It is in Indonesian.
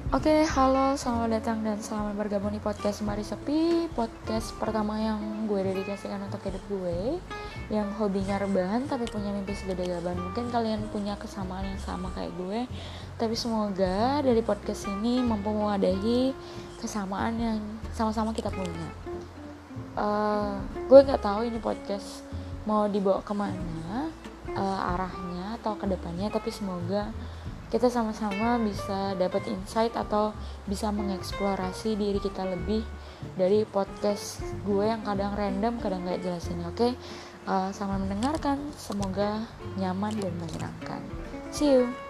Oke, halo, selamat datang dan selamat bergabung di podcast Mari Sepi. Podcast pertama yang gue dedikasikan untuk hidup gue, yang hobinya rebahan tapi punya mimpi segede gaban. Mungkin kalian punya kesamaan yang sama kayak gue, tapi semoga dari podcast ini mampu mewadahi kesamaan yang sama-sama kita punya. Gue nggak tahu ini podcast mau dibawa kemana arahnya atau kedepannya, tapi semoga kita sama-sama bisa dapat insight atau bisa mengeksplorasi diri kita lebih dari podcast gue yang kadang random, kadang gak jelas ini. Oke, selamat mendengarkan, semoga nyaman dan menyenangkan. See you.